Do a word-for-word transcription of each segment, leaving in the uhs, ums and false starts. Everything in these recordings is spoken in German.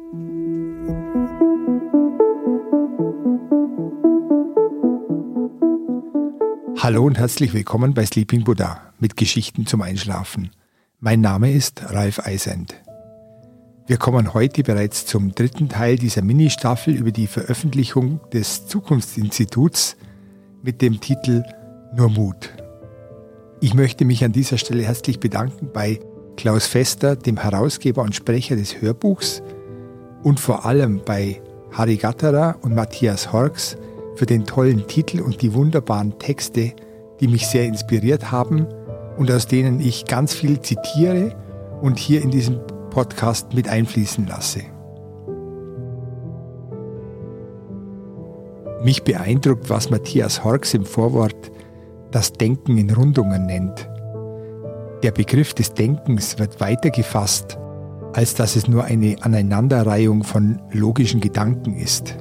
Hallo und herzlich willkommen bei Sleeping Buddha mit Geschichten zum Einschlafen. Mein Name ist Ralf Eisend. Wir kommen heute bereits zum dritten Teil dieser Ministaffel über die Veröffentlichung des Zukunftsinstituts mit dem Titel Nur Mut. Ich möchte mich an dieser Stelle herzlich bedanken bei Klaus Fester, dem Herausgeber und Sprecher des Hörbuchs, und vor allem bei Harry Gatterer und Matthias Horks für den tollen Titel und die wunderbaren Texte, die mich sehr inspiriert haben und aus denen ich ganz viel zitiere und hier in diesem Podcast mit einfließen lasse. Mich beeindruckt, was Matthias Horks im Vorwort das Denken in Rundungen nennt. Der Begriff des Denkens wird weiter gefasst, als dass es nur eine Aneinanderreihung von logischen Gedanken ist.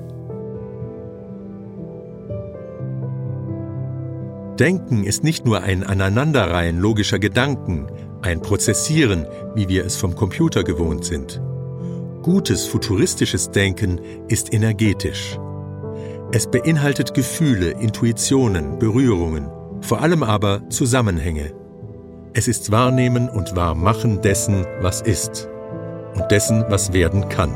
Denken ist nicht nur ein Aneinanderreihen logischer Gedanken, ein Prozessieren, wie wir es vom Computer gewohnt sind. Gutes futuristisches Denken ist energetisch. Es beinhaltet Gefühle, Intuitionen, Berührungen, vor allem aber Zusammenhänge. Es ist Wahrnehmen und Wahrmachen dessen, was ist und dessen, was werden kann.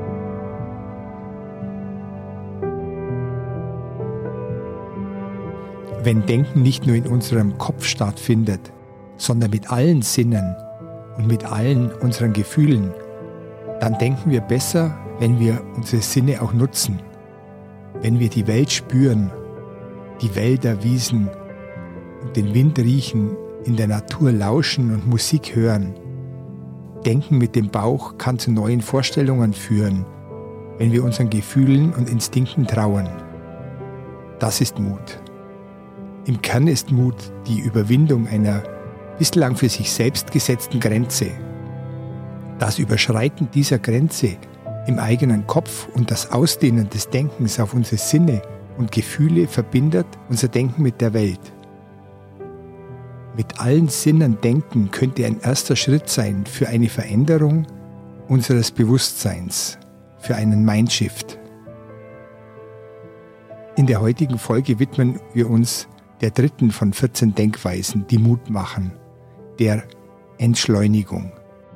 Wenn Denken nicht nur in unserem Kopf stattfindet, sondern mit allen Sinnen und mit allen unseren Gefühlen, dann denken wir besser, wenn wir unsere Sinne auch nutzen. Wenn wir die Welt spüren, die Wälder, Wiesen und den Wind riechen, in der Natur lauschen und Musik hören. Denken mit dem Bauch kann zu neuen Vorstellungen führen, wenn wir unseren Gefühlen und Instinkten trauen. Das ist Mut. Im Kern ist Mut die Überwindung einer bislang für sich selbst gesetzten Grenze. Das Überschreiten dieser Grenze im eigenen Kopf und das Ausdehnen des Denkens auf unsere Sinne und Gefühle verbindet unser Denken mit der Welt. Mit allen Sinnen denken könnte ein erster Schritt sein für eine Veränderung unseres Bewusstseins, für einen Mindshift. In der heutigen Folge widmen wir uns der dritten von vierzehn Denkweisen, die Mut machen, der Entschleunigung.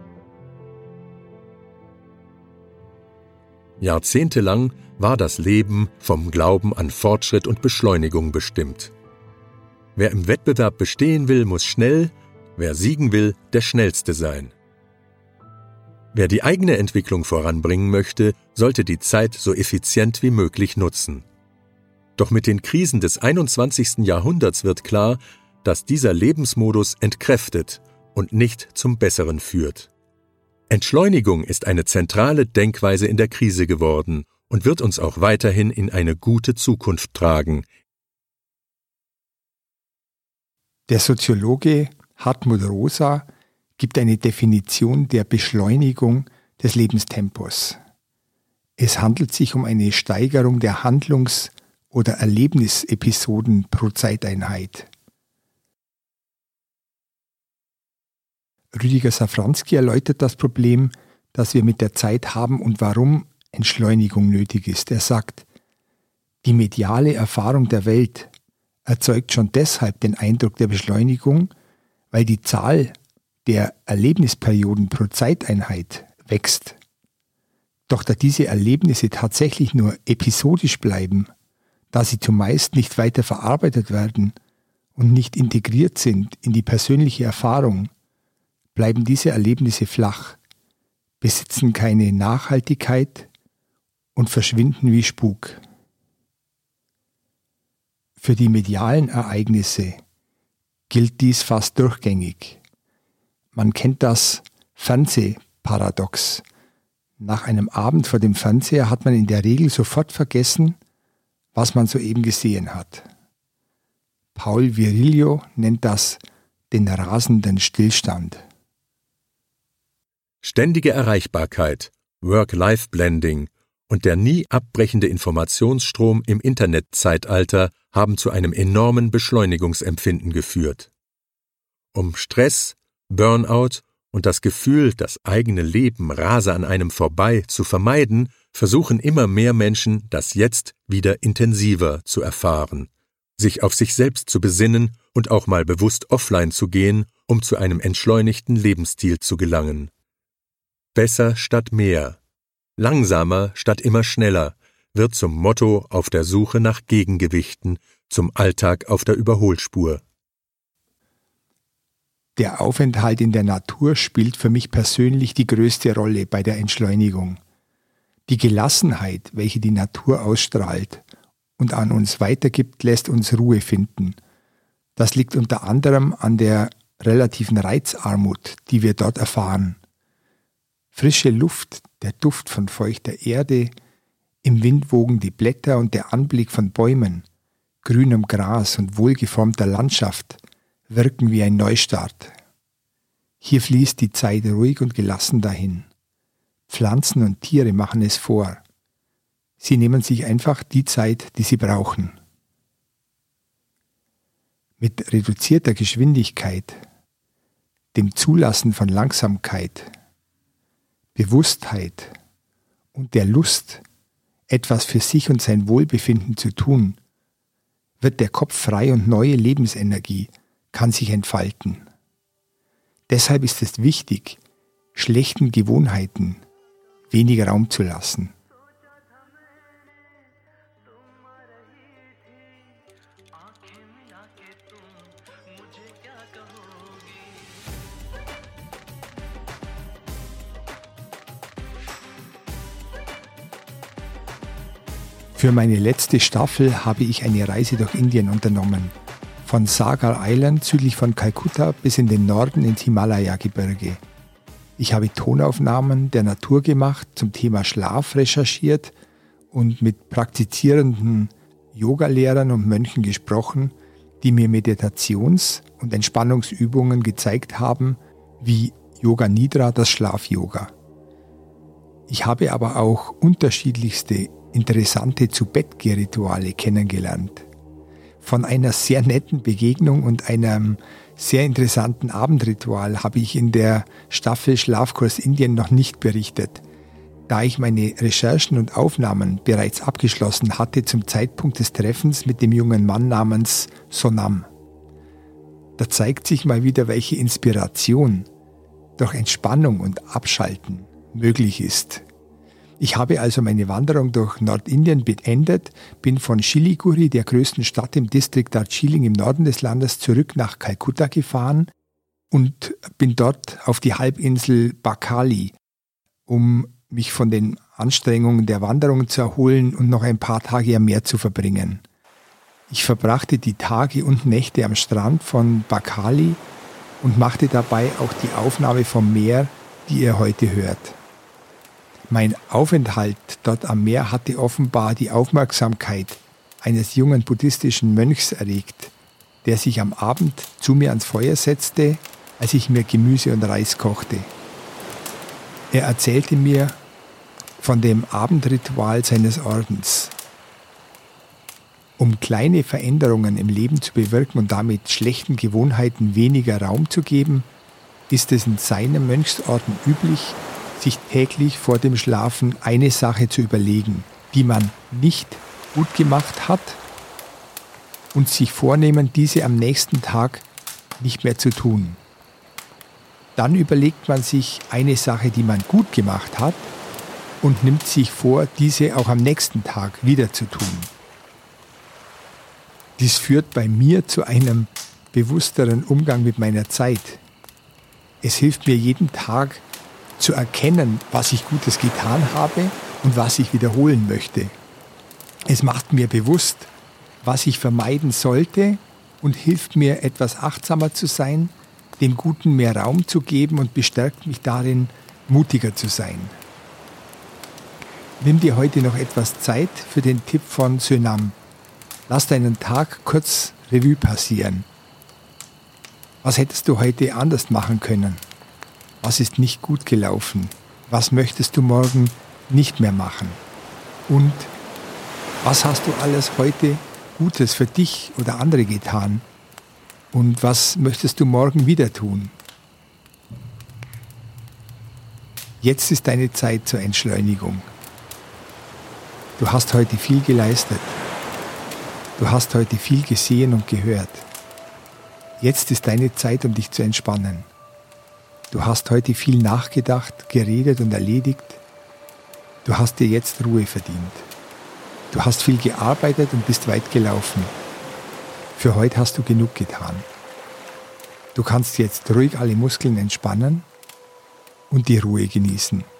Jahrzehntelang war das Leben vom Glauben an Fortschritt und Beschleunigung bestimmt. Wer im Wettbewerb bestehen will, muss schnell, wer siegen will, der Schnellste sein. Wer die eigene Entwicklung voranbringen möchte, sollte die Zeit so effizient wie möglich nutzen. Doch mit den Krisen des einundzwanzigsten Jahrhunderts wird klar, dass dieser Lebensmodus entkräftet und nicht zum Besseren führt. Entschleunigung ist eine zentrale Denkweise in der Krise geworden und wird uns auch weiterhin in eine gute Zukunft tragen. Der Soziologe Hartmut Rosa gibt eine Definition der Beschleunigung des Lebenstempos. Es handelt sich um eine Steigerung der Handlungs- oder Erlebnisepisoden pro Zeiteinheit. Rüdiger Safranski erläutert das Problem, das wir mit der Zeit haben und warum Entschleunigung nötig ist. Er sagt, die mediale Erfahrung der Welt erzeugt schon deshalb den Eindruck der Beschleunigung, weil die Zahl der Erlebnisperioden pro Zeiteinheit wächst. Doch da diese Erlebnisse tatsächlich nur episodisch bleiben, da sie zumeist nicht weiter verarbeitet werden und nicht integriert sind in die persönliche Erfahrung, bleiben diese Erlebnisse flach, besitzen keine Nachhaltigkeit und verschwinden wie Spuk. Für die medialen Ereignisse gilt dies fast durchgängig. Man kennt das Fernsehparadox. Nach einem Abend vor dem Fernseher hat man in der Regel sofort vergessen, was man soeben gesehen hat. Paul Virilio nennt das den rasenden Stillstand. Ständige Erreichbarkeit, Work-Life-Blending und der nie abbrechende Informationsstrom im Internetzeitalter haben zu einem enormen Beschleunigungsempfinden geführt. Um Stress, Burnout und das Gefühl, das eigene Leben rase an einem vorbei, zu vermeiden, versuchen immer mehr Menschen, das Jetzt wieder intensiver zu erfahren, sich auf sich selbst zu besinnen und auch mal bewusst offline zu gehen, um zu einem entschleunigten Lebensstil zu gelangen. Besser statt mehr, langsamer statt immer schneller, wird zum Motto auf der Suche nach Gegengewichten, zum Alltag auf der Überholspur. Der Aufenthalt in der Natur spielt für mich persönlich die größte Rolle bei der Entschleunigung. Die Gelassenheit, welche die Natur ausstrahlt und an uns weitergibt, lässt uns Ruhe finden. Das liegt unter anderem an der relativen Reizarmut, die wir dort erfahren. Frische Luft, der Duft von feuchter Erde, im Wind wogen die Blätter und der Anblick von Bäumen, grünem Gras und wohlgeformter Landschaft wirken wie ein Neustart. Hier fließt die Zeit ruhig und gelassen dahin. Pflanzen und Tiere machen es vor. Sie nehmen sich einfach die Zeit, die sie brauchen. Mit reduzierter Geschwindigkeit, dem Zulassen von Langsamkeit, Bewusstheit und der Lust, etwas für sich und sein Wohlbefinden zu tun, wird der Kopf frei und neue Lebensenergie kann sich entfalten. Deshalb ist es wichtig, schlechten Gewohnheiten weniger Raum zu lassen. Für meine letzte Staffel habe ich eine Reise durch Indien unternommen. Von Sagar Island südlich von Kalkutta bis in den Norden ins Himalaya-Gebirge. Ich habe Tonaufnahmen der Natur gemacht, zum Thema Schlaf recherchiert und mit praktizierenden Yogalehrern und Mönchen gesprochen, die mir Meditations- und Entspannungsübungen gezeigt haben, wie Yoga Nidra, das Schlaf-Yoga. Ich habe aber auch unterschiedlichste interessante Zu-Bett-Geh-Rituale kennengelernt. Von einer sehr netten Begegnung und einem sehr interessanten Abendritual habe ich in der Staffel Schlafkurs Indien noch nicht berichtet, da ich meine Recherchen und Aufnahmen bereits abgeschlossen hatte zum Zeitpunkt des Treffens mit dem jungen Mann namens Sonam. Da zeigt sich mal wieder, welche Inspiration durch Entspannung und Abschalten möglich ist. Ich habe also meine Wanderung durch Nordindien beendet, bin von Siliguri, der größten Stadt im Distrikt Darjeeling im Norden des Landes, zurück nach Kalkutta gefahren und bin dort auf die Halbinsel Bakali, um mich von den Anstrengungen der Wanderung zu erholen und noch ein paar Tage am Meer zu verbringen. Ich verbrachte die Tage und Nächte am Strand von Bakali und machte dabei auch die Aufnahme vom Meer, die ihr heute hört. Mein Aufenthalt dort am Meer hatte offenbar die Aufmerksamkeit eines jungen buddhistischen Mönchs erregt, der sich am Abend zu mir ans Feuer setzte, als ich mir Gemüse und Reis kochte. Er erzählte mir von dem Abendritual seines Ordens. Um kleine Veränderungen im Leben zu bewirken und damit schlechten Gewohnheiten weniger Raum zu geben, ist es in seinem Mönchsorden üblich, sich täglich vor dem Schlafen eine Sache zu überlegen, die man nicht gut gemacht hat, und sich vornehmen, diese am nächsten Tag nicht mehr zu tun. Dann überlegt man sich eine Sache, die man gut gemacht hat, und nimmt sich vor, diese auch am nächsten Tag wieder zu tun. Dies führt bei mir zu einem bewussteren Umgang mit meiner Zeit. Es hilft mir jeden Tag, zu erkennen, was ich Gutes getan habe und was ich wiederholen möchte. Es macht mir bewusst, was ich vermeiden sollte und hilft mir, etwas achtsamer zu sein, dem Guten mehr Raum zu geben und bestärkt mich darin, mutiger zu sein. Nimm dir heute noch etwas Zeit für den Tipp von Sonam. Lass deinen Tag kurz Revue passieren. Was hättest du heute anders machen können? Was ist nicht gut gelaufen? Was möchtest du morgen nicht mehr machen? Und was hast du alles heute Gutes für dich oder andere getan? Und was möchtest du morgen wieder tun? Jetzt ist deine Zeit zur Entschleunigung. Du hast heute viel geleistet. Du hast heute viel gesehen und gehört. Jetzt ist deine Zeit, um dich zu entspannen. Du hast heute viel nachgedacht, geredet und erledigt. Du hast dir jetzt Ruhe verdient. Du hast viel gearbeitet und bist weit gelaufen. Für heute hast du genug getan. Du kannst jetzt ruhig alle Muskeln entspannen und die Ruhe genießen.